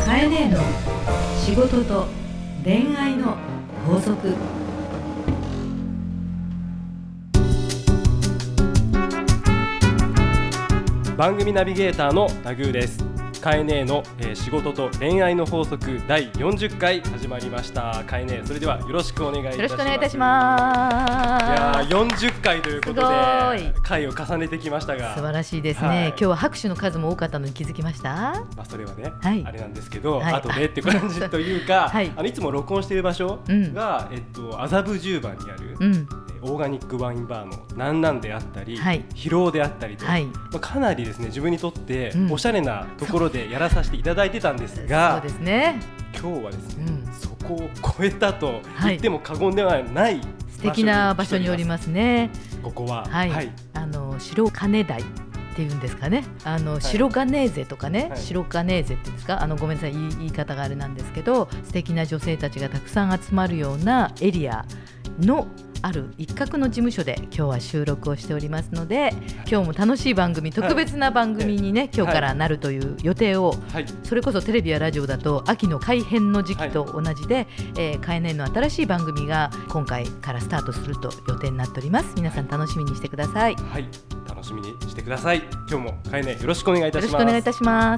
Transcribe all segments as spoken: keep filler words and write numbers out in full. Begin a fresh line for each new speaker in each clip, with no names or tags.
かえねえの仕事と恋愛の法則。
番組ナビゲーターのタグーです。かえねえの、えー、仕事と恋愛の法則だいよんじゅっかい始まりました。かえねえ、それではよろしくお願いいたします。
よろしくお願いいたします。
いやーよんじゅっかいということで回を重ねてきましたが、
素晴らしいですね、はい、今日は拍手の数も多かったのに気づきました？ま
あ、それはね、
はい、
あれなんですけど、
はい、
後でって感じというか、
はい、
あのいつも録音している場所が、うん、えっと、麻布十番にある、うん、オーガニックワインバーのなんなんであったり、はい、疲労であったりと、はい、まあ、かなりですね自分にとっておしゃれなところでやらさせていただいてたんですが、
そうですね、
今日はですね、うん、そこを超えたと言っても過言ではない、はい、
素敵な場所におりますね。
ここは、
はいはい、あの白金台っていうんですかね、あの、はい、白ガネーゼとかね、はい、白ガネーゼっていうんですか、あのごめんなさい、言い方があれなんですけど、素敵な女性たちがたくさん集まるようなエリアのある一角の事務所で今日は収録をしておりますので、今日も楽しい番組、特別な番組にね、はい、今日からなるという予定を、はい、それこそテレビやラジオだと秋の改編の時期と同じで、はい、えー、かえねえの新しい番組が今回からスタートすると予定になっております。皆さん楽しみにしてください。
はい、楽しみにしてください。今日もかえねえよろしくお願いいたします。
よろしくお願いいたします。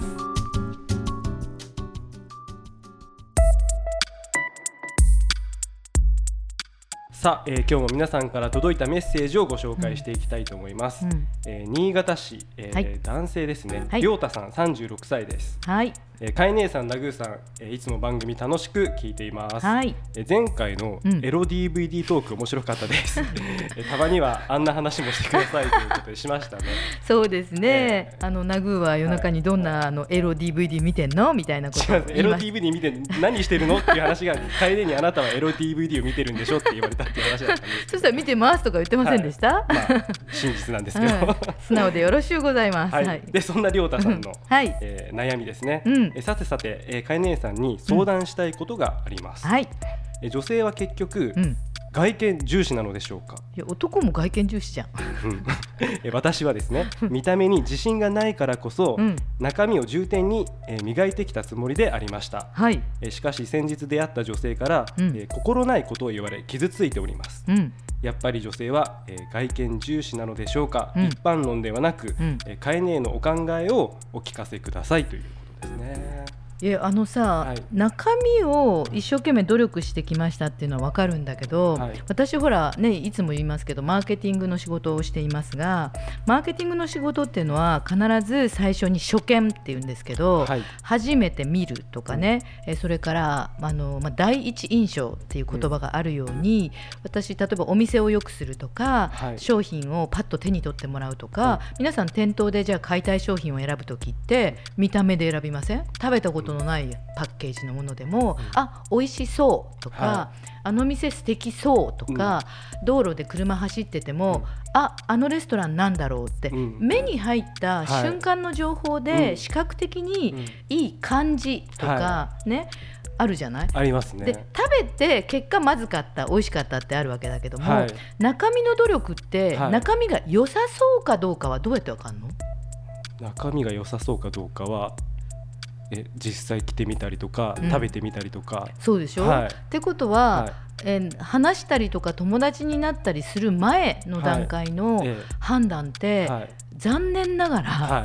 さあ、えー、今日も皆さんから届いたメッセージをご紹介していきたいと思います、うん、えー、新潟市、えーはい、男性ですね、りょうたさんさんじゅうろくさいです。はい、えー、かえねえさん、ラグーさん、えー、いつも番組楽しく聞いています、はい、えー、前回のエロ ディーブイディー トーク面白かったです、うん、えー、たまにはあんな話もしてくださいということでしましたね。
そうですね、えー、あのラグーは夜中にどんな、はい、あのエロ ディーブイディー 見てんのみたいなことを言います。
エロ ディーブイディー 見て何してるのっていう話がかえねえにあなたはエロ ディーブイディー を見てるんでしょって言われたっていう話だったんです
そしたら見てますとか言ってませんでした？はい、
まあ、真実なんですけど、はい、
素直でよろしゅうございます、
はいはい、でそんなりょうたさんの、はい、えー、悩みですね、うん、えさてさて、えー、かえねえさんに相談したいことがあります、うん、はい、え女性は結局、うん、外見重視なのでしょうか？
いや、男も外見重視じゃん
私はですね、見た目に自信がないからこそ、うん、中身を重点に、えー、磨いてきたつもりでありました、はい、えー、しかし先日出会った女性から、うん、えー、心ないことを言われ傷ついております、うん、やっぱり女性は、えー、外見重視なのでしょうか、うん、一般論ではなく、うん、えー、かえねえのお考えをお聞かせくださいということですね。
いや、あのさ、はい、中身を一生懸命努力してきましたっていうのは分かるんだけど、はい、私ほらね、いつも言いますけどマーケティングの仕事をしていますが、マーケティングの仕事っていうのは必ず最初に初見っていうんですけど、はい、初めて見るとかね、うん、えそれからあの、まあ、第一印象っていう言葉があるように、うん、私例えばお店を良くするとか、はい、商品をパッと手に取ってもらうとか、うん、皆さん店頭でじゃあ買いたい商品を選ぶときって見た目で選びません？食べたことのないパッケージのものでも、うん、あ、美味しそうとか、はい、あの店素敵そうとか、うん、道路で車走ってても、うん、あ、あのレストランなんだろうって、うん、目に入った瞬間の情報で、はい、視覚的にいい感じとか、はい、ね、あるじゃない？
ありますね。
で、食べて結果まずかった、美味しかったってあるわけだけども、はい、中身の努力って、はい、中身が良さそうかどうかはどうやってわかんの？
中身が良さそうかどうかはえ実際着てみたりとか、うん、食べてみたりとか。
そうでしょ、はい、ってことは、はい、え話したりとか友達になったりする前の段階の判断って、はい、残念ながら、はい、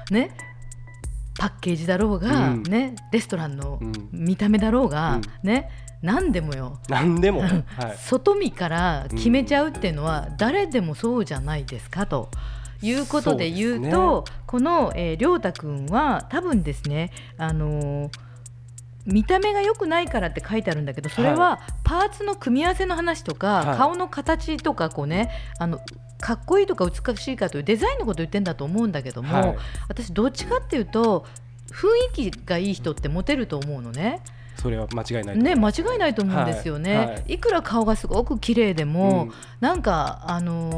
ね、パッケージだろうが、うん、ね、レストランの見た目だろうが、うん、ね、何でもよ、
何でも、はい、
外見から決めちゃうっていうのは、うん、誰でもそうじゃないですかということで言うと、ね、この、えー、りょうたくんは多分ですね、あのー、見た目が良くないからって書いてあるんだけど、それはパーツの組み合わせの話とか、はい、顔の形とかこうね、あのかっこいいとか美しいかというデザインのことを言ってんだと思うんだけども、はい、私どっちかっていうと雰囲気がいい人ってモテると思うのね。
それは間違いない
ね、間違いないと思うんですよね、はいはい、いくら顔がすごく綺麗でも、うん、なんかあのー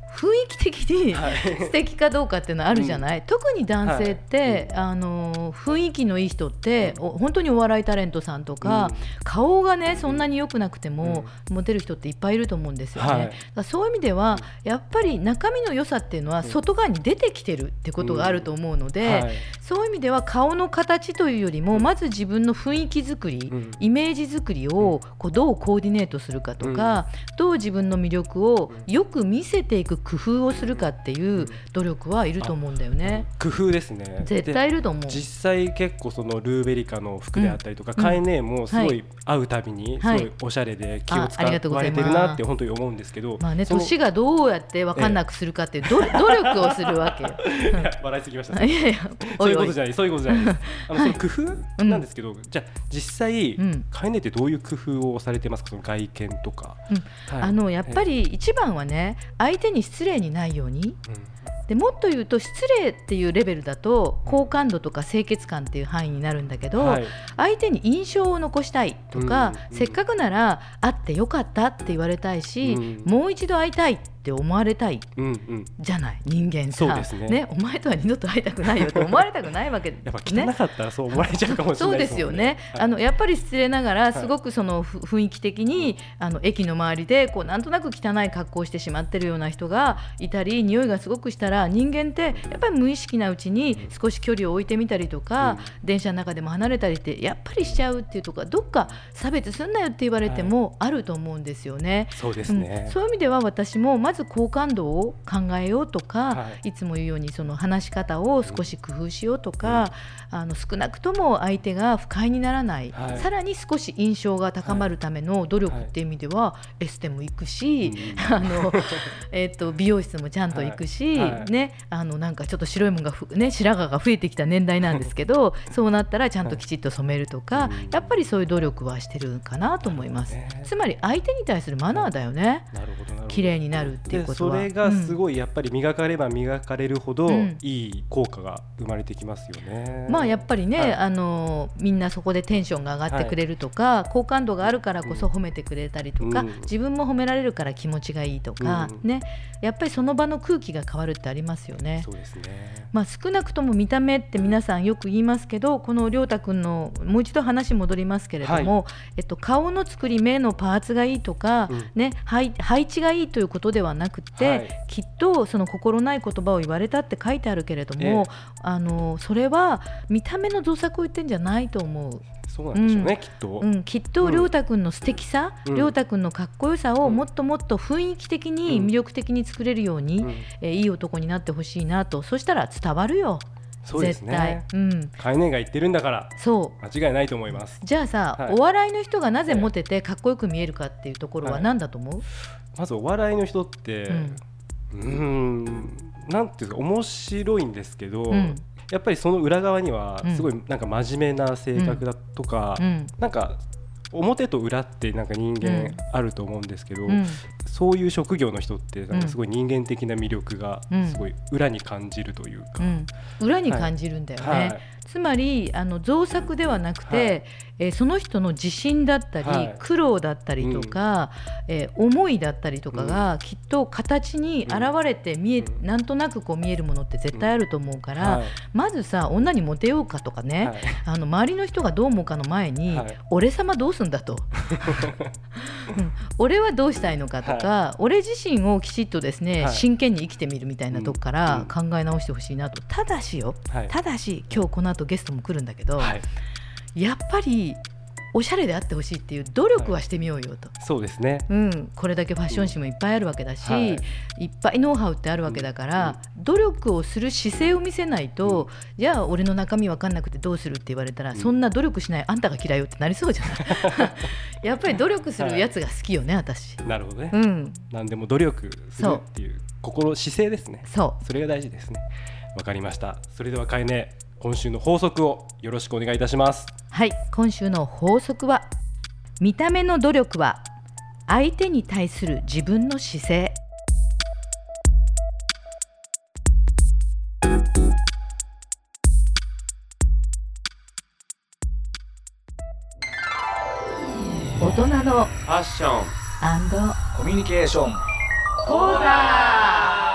雰囲気的に素敵かどうかっていうのはあるじゃない、うん、特に男性って、はい、あの雰囲気のいい人って、うん、本当にお笑いタレントさんとか、うん、顔がねそんなに良くなくても、うん、モテる人っていっぱいいると思うんですよね、はい、だからそういう意味ではやっぱり中身の良さっていうのは外側に出てきてるってことがあると思うので、うんはい、そういう意味では顔の形というよりもまず自分の雰囲気作り、うん、イメージ作りをこうどうコーディネートするかとか、うん、どう自分の魅力をよく見せていく工夫をするかっていう努力はいると思うんだよね。
工夫ですね。
絶対いると思う。
実際結構そのルーベリカの服であったりとか、うん、カエネもすごい会うたびにすごいおしゃれで気を使われてるなって本当に思うんですけど、
まあね、年がどうやって分かんなくするかっていう努力をするわけよ。
笑いすぎました、ね、いやいやそういうことじゃないそういうことじゃないですあの、はい、その工夫なんですけど、うん、じゃあ実際、うん、カエネってどういう工夫をされてますか、その外見とか、
うんはい、あのやっぱり一番はね相手に失礼にないように、うんでもっと言うと失礼っていうレベルだと好感度とか清潔感っていう範囲になるんだけど、はい、相手に印象を残したいとか、うん、せっかくなら会ってよかったって言われたいし、うん、もう一度会いたいって思われたい、うんうん、じゃない人間さ、
そうですね
ね、お前とは二度と会いたくないよって思われたくないわけ、ね、
やっぱ汚かったらそう思われちゃうかもしれないですもんね。そうですよね、
はい、あのやっぱり失礼ながらすごくその雰囲気的にあの駅の周りでこうなんとなく汚い格好をしてしまってるような人がいたり匂いがすごくしたら人間ってやっぱり無意識なうちに少し距離を置いてみたりとか、うん、電車の中でも離れたりってやっぱりしちゃうっていうとかどっか差別すんなよって言われてもあると思うんですよね、
はい、そうですね、
うん、そういう意味では私もまず好感度を考えようとか、はい、いつも言うようにその話し方を少し工夫しようとか、うん、あの少なくとも相手が不快にならない、はい、さらに少し印象が高まるための努力っていう意味では、はい、エステも行くし、うん、あのえーと美容室もちゃんと行くし、はいはい、ね、あのなんかちょっと白いものがふ、ね、白髪が増えてきた年代なんですけどそうなったらちゃんときちっと染めるとか、はい、やっぱりそういう努力はしてるかなと思います、ね、つまり相手に対するマナーだよね。
なるほどなるほど。
綺麗になるっていうことは
それがすごいやっぱり磨かれば磨かれるほど、うん、いい効果が生まれてきますよね。
まあやっぱりね、はい、あのみんなそこでテンションが上がってくれるとか、はい、好感度があるからこそ褒めてくれたりとか、うん、自分も褒められるから気持ちがいいとか、うん、ね、やっぱりその場の空気が変わるってありますよね。
そうですね。
まあ、少なくとも見た目って皆さんよく言いますけど、このりょうたくんのもう一度話戻りますけれども、はい、えっと、顔の作り目のパーツがいいとか、うんね、配, 配置がいいということではなくて、はい、きっとその心ない言葉を言われたって書いてあるけれども、ええ、あのそれは見た目の造作を言ってんじゃないと思う。
そうなんでしょうね、うん、きっと、
うん、きっとりょうたくんの素敵さ、うん、りょうたくんのかっこよさをもっともっと雰囲気的に魅力的に作れるように、うんえー、いい男になってほしいなと。そしたら伝わるよ。
そうですね、絶対、うん、カエネが言ってるんだからそう間違いないと思います。
じゃあさ、はい、お笑いの人がなぜモテてかっこよく見えるかっていうところは何だと思う？はい、
まずお笑いの人って、うん、うーんなんていうか面白いんですけど、うん、やっぱりその裏側にはすごいなんか真面目な性格だとか、うん、なんか表と裏ってなんか人間あると思うんですけど、うん、そういう職業の人ってなんかすごい人間的な魅力がすごい裏に感じるというか、うん
うん、裏に感じるんだよね、はいはい、つまりあの造作ではなくて、はい、えー、その人の自信だったり、はい、苦労だったりとか、うん、えー、思いだったりとかが、うん、きっと形に現れて見え、うん、なんとなくこう見えるものって絶対あると思うから、うん、はい、まずさ女にモテようかとかね、はい、あの周りの人がどう思うかの前に、はい、俺様どうすんだと、うん、俺はどうしたいのかとか、はい、俺自身をきちっとですね、はい、真剣に生きてみるみたいなとこから考え直してほしいなと。ただしよ、はい、ただし今日この後ゲストも来るんだけど、はい、やっぱりおしゃれであってほしいっていう努力はしてみようよと、はい、
そうですね、
うん、これだけファッション誌もいっぱいあるわけだし、うん、はい、いっぱいノウハウってあるわけだから、うん、努力をする姿勢を見せないと、うん、じゃあ俺の中身分かんなくてどうするって言われたら、うん、そんな努力しないあんたが嫌いよってなりそうじゃないやっぱり努力するやつが好きよね、はい、私。
なるほどね、
うん、
何でも努力するっていう心姿勢ですね。そう、それが大事ですね。わかりました。それではかえね、今週の法則をよろしくお願いいたします。
はい、今週の法則は、見た目の努力は相手に対する自分の姿勢。大人のフ
ァッション
&
コミュニケーション
講座。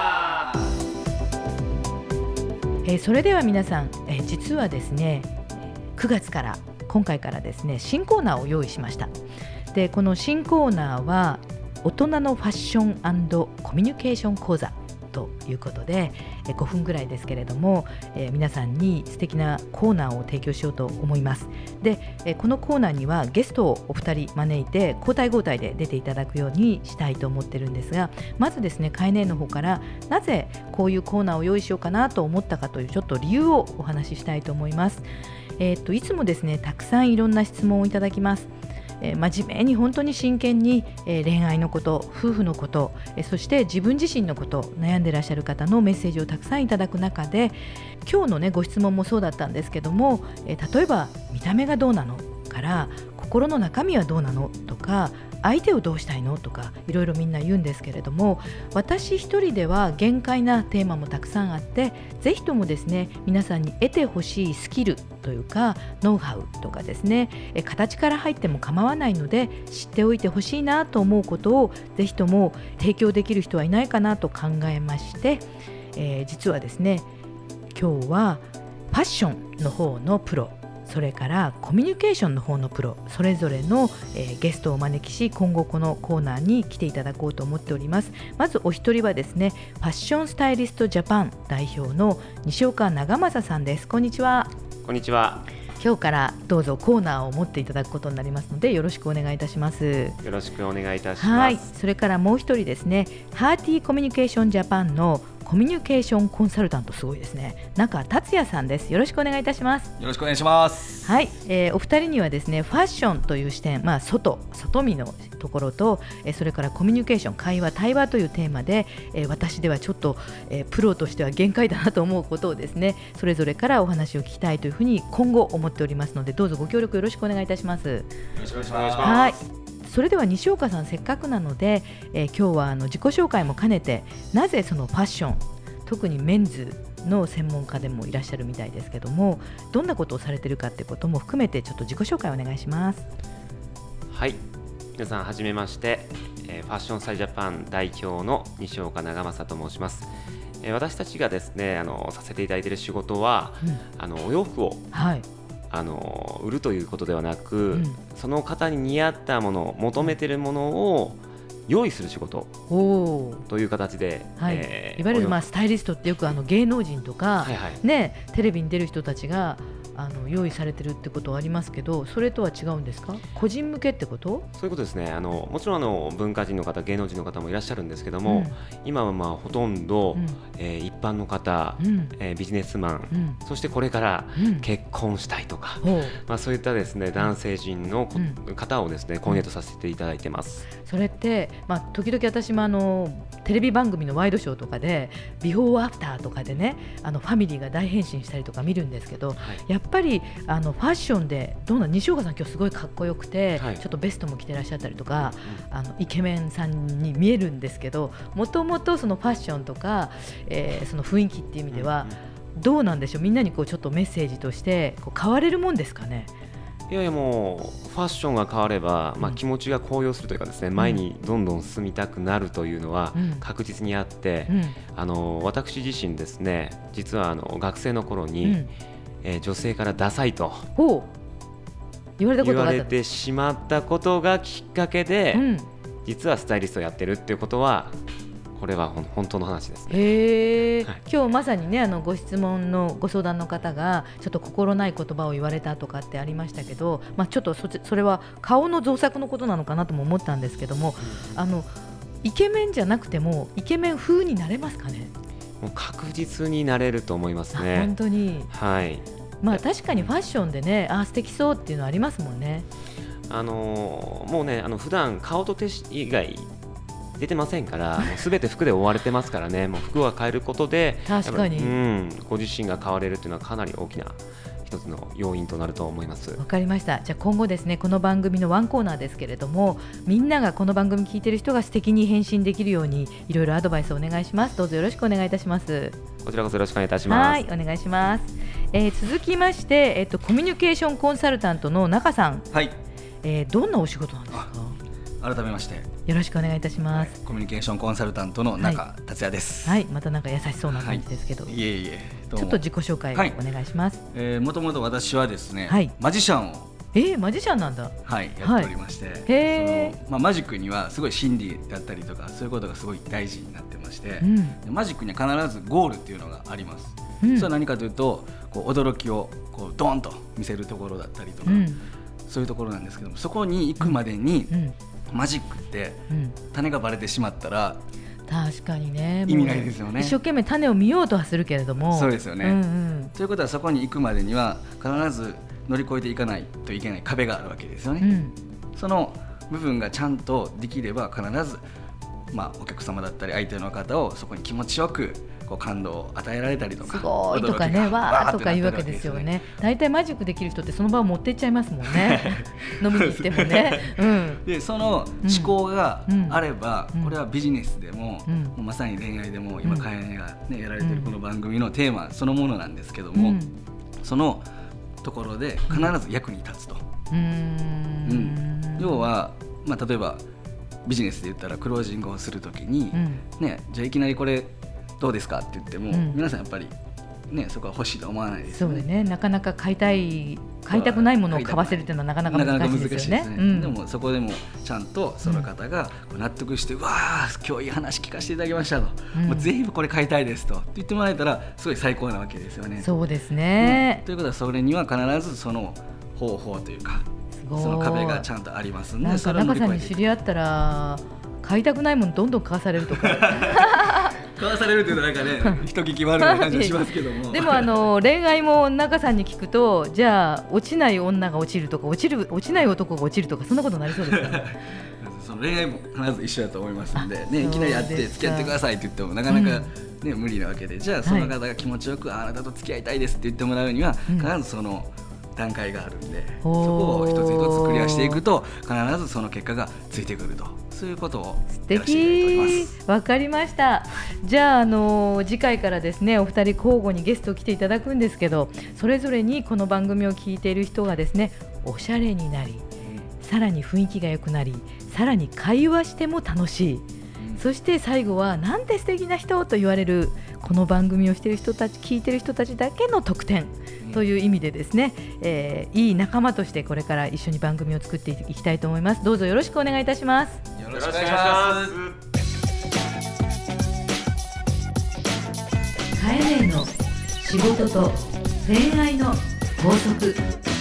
えー、それでは皆さん、えー、実はですねくがつから今回からですね新コーナーを用意しました。でこの新コーナーは大人のファッション&コミュニケーション講座ということでごふんぐらいですけれども、えー、皆さんに素敵なコーナーを提供しようと思います。で、えー、このコーナーにはゲストをお二人招いて交代交代で出ていただくようにしたいと思ってるんですが、まずですねカエネの方からなぜこういうコーナーを用意しようかなと思ったかというちょっと理由をお話ししたいと思います。えー、っといつもですねたくさんいろんな質問をいただきます。えー、真面目に本当に真剣に、えー、恋愛のこと、夫婦のこと、えー、そして自分自身のこと、悩んでらっしゃる方のメッセージをたくさんいただく中で、今日の、ね、ご質問もそうだったんですけども、えー、例えば見た目がどうなのから心の中身はどうなのとか、相手をどうしたいのとかいろいろみんな言うんですけれども、私一人では限界なテーマもたくさんあって、ぜひともですね皆さんに得てほしいスキルというかノウハウとかですね、え形から入っても構わないので知っておいてほしいなと思うことをぜひとも提供できる人はいないかなと考えまして、えー、実はですね今日はファッションの方のプロ、それからコミュニケーションの方のプロそれぞれの、えー、ゲストをお招きし、今後このコーナーに来ていただこうと思っております。まずお一人はですねファッションスタイリストジャパン代表の西岡長政さんです。こんにちは。
こんにちは。
今日からどうぞコーナーを持っていただくことになりますのでよろしくお願いいたします。
よろしくお願いいたします。
はい、それからもう一人ですねハーティーコミュニケーションジャパンのコミュニケーションコンサルタント、すごいですね、中達也さんです。よろしくお願いいたします。
よろしくお願いします。
はい、えー、お二人にはですねファッションという視点、まあ、外外見のところと、えー、それからコミュニケーション会話対話というテーマで、えー、私ではちょっと、えー、プロとしては限界だなと思うことをですねそれぞれからお話を聞きたいというふうに今後思っておりますので、どうぞご協力よろしくお願いいたします。よ
ろしくお願いします。
はい、それでは西岡さん、せっかくなので、えー、今日はあの自己紹介も兼ねて、なぜそのファッション、特にメンズの専門家でもいらっしゃるみたいですけども、どんなことをされているかってことも含めてちょっと自己紹介をお願いします。
はい、皆さんはじめまして、えー、ファッションスタイルジャパン代表の西岡長政と申します。えー、私たちがですねあのさせていただいている仕事は、うん、あのお洋服を、はい、あの売るということではなく、うん、その方に似合ったもの、求めているものを用意する仕事という形で、
はい、えー、いわゆるまあスタイリストってよくあの芸能人とか、はいはい、ね、テレビに出る人たちがあの用意されてるってことはありますけど、それとは違うんですか？個人向けってこと？
そういうことですね。あのもちろんあの文化人の方、芸能人の方もいらっしゃるんですけども、うん、今はまあほとんど、うん、えー、一般の方、うん、えー、ビジネスマン、うん、そしてこれから結婚したいとか、うん、まあ、そういったですね男性陣の、うん、方をですねコーディネートさせていただいてます。
それって、まあ、時々私もあのテレビ番組のワイドショーとかでビフォーアフターとかでね、あのファミリーが大変身したりとか見るんですけど、はい、やっぱりあのファッションでどうな、西岡さん今日すごいかっこよくて、はい、ちょっとベストも着てらっしゃったりとか、うん、あのイケメンさんに見えるんですけど、もともとそのファッションとか、えー、その雰囲気っていう意味では、うん、どうなんでしょう、みんなにこうちょっとメッセージとしてこう変われるもんですかね？
いやいや、もうファッションが変われば、まあ、気持ちが高揚するというかですね、うん、前にどんどん進みたくなるというのは確実にあって、うん、あの私自身ですね、実はあの学生の頃に、うん、えー、女性からダサいと
言われたことがあった、
言われてしまったことがきっかけで、うん、実はスタイリストをやってるっていうことは、これは本当の話ですね。
へー、はい、今日まさにね、あのご質問のご相談の方がちょっと心ない言葉を言われたとかってありましたけど、まあ、ちょっと そ, それは顔の造作のことなのかなとも思ったんですけども、うん、あのイケメンじゃなくてもイケメン風になれますかね？
もう確実になれると思いますね。
本当に、
はい、
まあ、確かにファッションでね、あ、素敵そうっていうのはありますもんね。
あのー、もうね、あの普段顔と手以外出てませんからもう全て服で覆われてますからねもう服は変えることで
確かに、
うん、ご自身が変われるというのはかなり大きな一つの要因となると思います。
わかりました。じゃあ今後ですね、この番組のワンコーナーですけれども、みんながこの番組聞いてる人が素敵に返信できるようにいろいろアドバイスをお願いします。どうぞよろしくお願いいたします。
こちらこそよろしくお願いいたします。
はい、お願いします。えー、続きまして、えーと、コミュニケーションコンサルタントの中さん、
はい、
えー、どんなお仕事なんですか？
改めまして
よろしくお願いいたします。
はい、コミュニケーションコンサルタントの中達也です。
はい、はい、またなんか優しそうな感じですけど、
はい、いえいえ、
ちょっと自己紹介をお願いします。
もともと私はですね、はい、マジシャンを
えー、マジシャンなんだ。
はい、やっておりまして、はい、へその、まあ、マジックにはすごい心理だったりとかそういうことがすごい大事になってまして、うん、マジックには必ずゴールっていうのがあります、うん、それは何かというとこう驚きをこうドーンと見せるところだったりとか、うん、そういうところなんですけども、そこに行くまでに、うん、マジックって種がバレてしまったら
確かにね
意味ないですよね。
一生懸命種を見ようとはするけれども、
そうですよね、うんうん、ということはそこに行くまでには必ず乗り越えていかないといけない壁があるわけですよね、うん、その部分がちゃんとできれば必ず、まあ、お客様だったり相手の方をそこに気持ちよくこう感動を与えられたりとか、
すごいとかね、わーとか言うわけですよね。大体マジックできる人ってその場を持っていっちゃいますもんね飲みに行ってもね、うん、
でその思考があれば、うん、これはビジネスでも、うん、もうまさに恋愛でも今かえねが、ね、やられてるこの番組のテーマそのものなんですけども、うん、そのところで必ず役に立つと、うん、うん、要は、まあ、例えばビジネスで言ったらクロージングをするときに、うんね、じゃあいきなりこれどうですかって言っても、うん、皆さんやっぱり、ね、そこは欲しいと思わないですよね。
そうね、なかなか買いたい買いたくないものを買わせるっていうのはなかなか難しいですよね。
で, すね、うん、でもそこでもちゃんとその方が納得して、うん、わあ今日いい話聞かせていただきましたと、うん、もうぜひこれ買いたいですとって言ってもらえたらすごい最高なわけですよね。
そうですね、
うん、ということはそれには必ずその方法というかその壁がちゃんとありますんで、
なんか中さんに知り合ったら買いたくないものどんどん買わされるとか
買わされるっていうのはなんかね人聞き悪い感じがしますけども
でもあの恋愛も中さんに聞くと、じゃあ落ちない女が落ちるとか落ちる落ちない男が落ちるとかそんなことになりそうですよね
その恋愛も必ず一緒だと思いますので、ね、いきなりやって付き合ってくださいって言ってもなかなか、ねうん、無理なわけで、じゃあその方が気持ちよく、はい、あなたと付き合いたいですって言ってもらうには、うん、必ずその段階があるんで、そこを一つ一つクリアしていくと必ずその結果がついてくると、そういうことをやらせていただいております。
わかりました。じゃあ、あのー、次回からですねお二人交互にゲスト来ていただくんですけど、それぞれにこの番組を聞いている人がですねおしゃれになり、さらに雰囲気が良くなり、さらに会話しても楽しい、うん、そして最後はなんて素敵な人と言われるこの番組をしている人たち聞いている人たちだけの特典という意味でですね、えー、いい仲間としてこれから一緒に番組を作っていきたいと思います。どうぞよろしくお願いいたします。
よろしくお願いします。
カエネの仕事と恋愛の法則。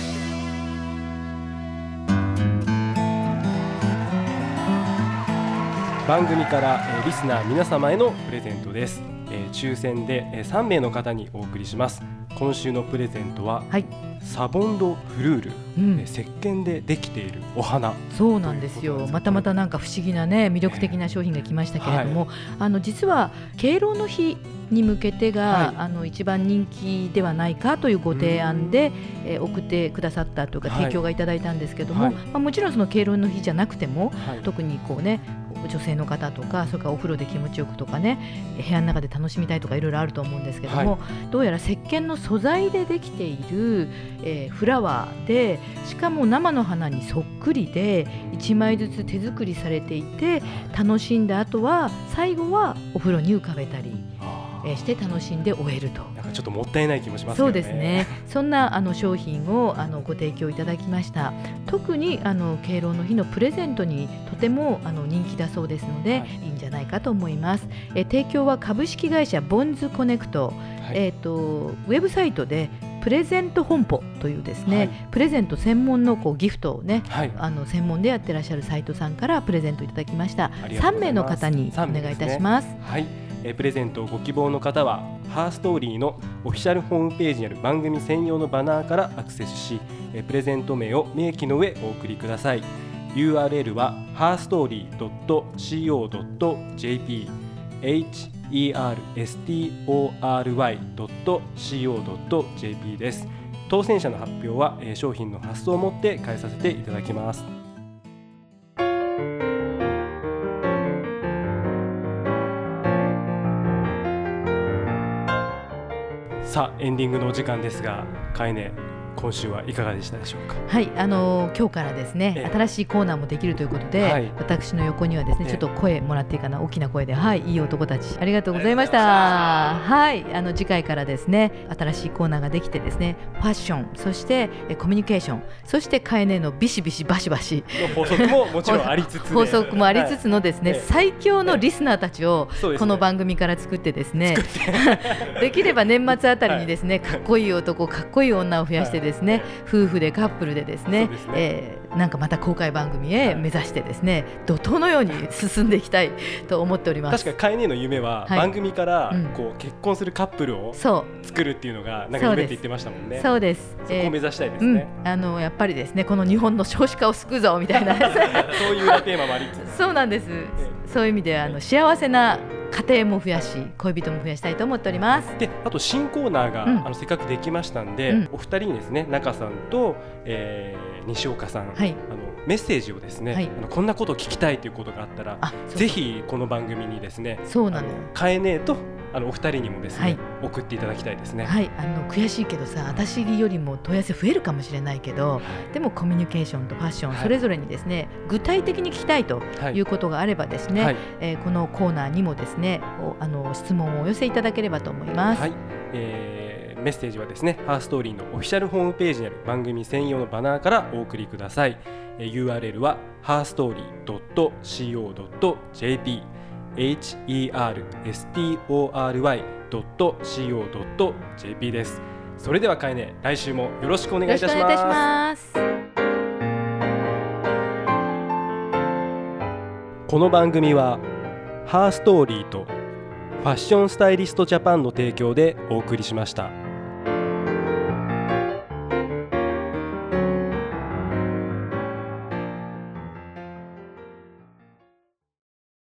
番組からリスナー皆様へのプレゼントです。えー、抽選でさんめいの方にお送りします。今週のプレゼントは、はい、サボンドフルール、うん、石鹸でできているお花。
そうなんですよ。またまたなんか不思議なね魅力的な商品が来ましたけれども、はい、あの実は敬老の日に向けてが、はい、あの一番人気ではないかというご提案で、えー、送ってくださったというか提供がいただいたんですけども、はいまあ、もちろんその敬老の日じゃなくても、はい、特にこうね女性の方とかそれからお風呂で気持ちよくとかね部屋の中で楽しみたいとかいろいろあると思うんですけども、はい、どうやら石鹸の素材でできている、えー、フラワーでしかも生の花にそっくりでいちまいずつ手作りされていて楽しんだ後は最後はお風呂に浮かべたりえー、して楽しんで終えると。
なんかちょっともったいない気もします
よね。そうですね。そんなあの商品をあのご提供いただきました。特にあの敬老の日のプレゼントにとてもあの人気だそうですので、はい、いいんじゃないかと思います。えー、提供は株式会社ボンズコネクト、はいえー、とウェブサイトでプレゼント本舗というですね、はい、プレゼント専門のこうギフトをね、はい、あの専門でやってらっしゃるサイトさんからプレゼントいただきました。さんめいの方にお願いいたします。
はい、えプレゼントをご希望の方はハーストーリーのオフィシャルホームページにある番組専用のバナーからアクセスし、えプレゼント名を明記の上お送りください。 ユーアールエル は ハーストーリー ドット シーオー ドット ジェーピー エイチ イー アール エス ティー オー アール ワイ ドット シーオー ドット ジェーピー です。当選者の発表は、え商品の発送をもって返させていただきます。さあエンディングのお時間ですが、カエネ今週はいかがでしたでしょうか。
はい、あのー、今日からですね、ええ、新しいコーナーもできるということで、はい、私の横にはですね、ちょっと声もらっていいかな、大きな声で、はい、いい男たちありがとうございました。はい、あの次回からですね、新しいコーナーができてですね、ファッション、そしてえコミュニケーション、そしてカエネのビシビシバシバシ
の法則ももちろんありつつ、ね、
法則もありつつのですね、はい、最強のリスナーたちをこの番組から作ってですね、できれば年末あたりにですね、かっこいい男、かっこいい女を増やしてですね、夫婦でカップルでですね、ですね、えー、なんかまた公開番組へ目指してですね、怒涛のように進んでいきたいと思っております。
確かにカエネの夢は、はい、番組からこう結婚するカップルを作るっていうのがなんか夢って言ってましたもんね。
そうです。
そこを目指したいですね。
えーうん、あのやっぱりですね、この日本の少子化を救うぞみたいな
そういう裏テーマもありつつ
そうなんです。そういう意味であの幸せな家庭も増やし、恋人も増やしたいと思っております。
で、あと新コーナーが、うん、あのせっかくできましたんで、うん、お二人にですね、中さんと、えー、西岡さん、はい、あのメッセージをですね、はい、あのこんなことを聞きたいということがあったら、ぜひこの番組にですね、
そうなのよ、
カエネとあのお二人にもですね、はい、送っていただきたいですね。
はい、あの悔しいけどさ、私よりも問い合わせ増えるかもしれないけど、はい、でもコミュニケーションとファッション、はい、それぞれにですね、具体的に聞きたいということがあればですね、はい、えー、このコーナーにもですね、あの質問をお寄せいただければと思います。
はい、えー、メッセージはですね、ハーストーリーのオフィシャルホームページにある番組専用のバナーからお送りください。えー、ユーアールエル は ハーストーリー ドット シーオー ドット ジェーピー エイチ イー アール エス ティー オー アール ワイ ドット シーオー ドット ジェーピー です。それではカエネ、来週もよろしくお願いいたします。この番組はハーストーリーとファッションスタイリストジャパンの提供でお送りしました。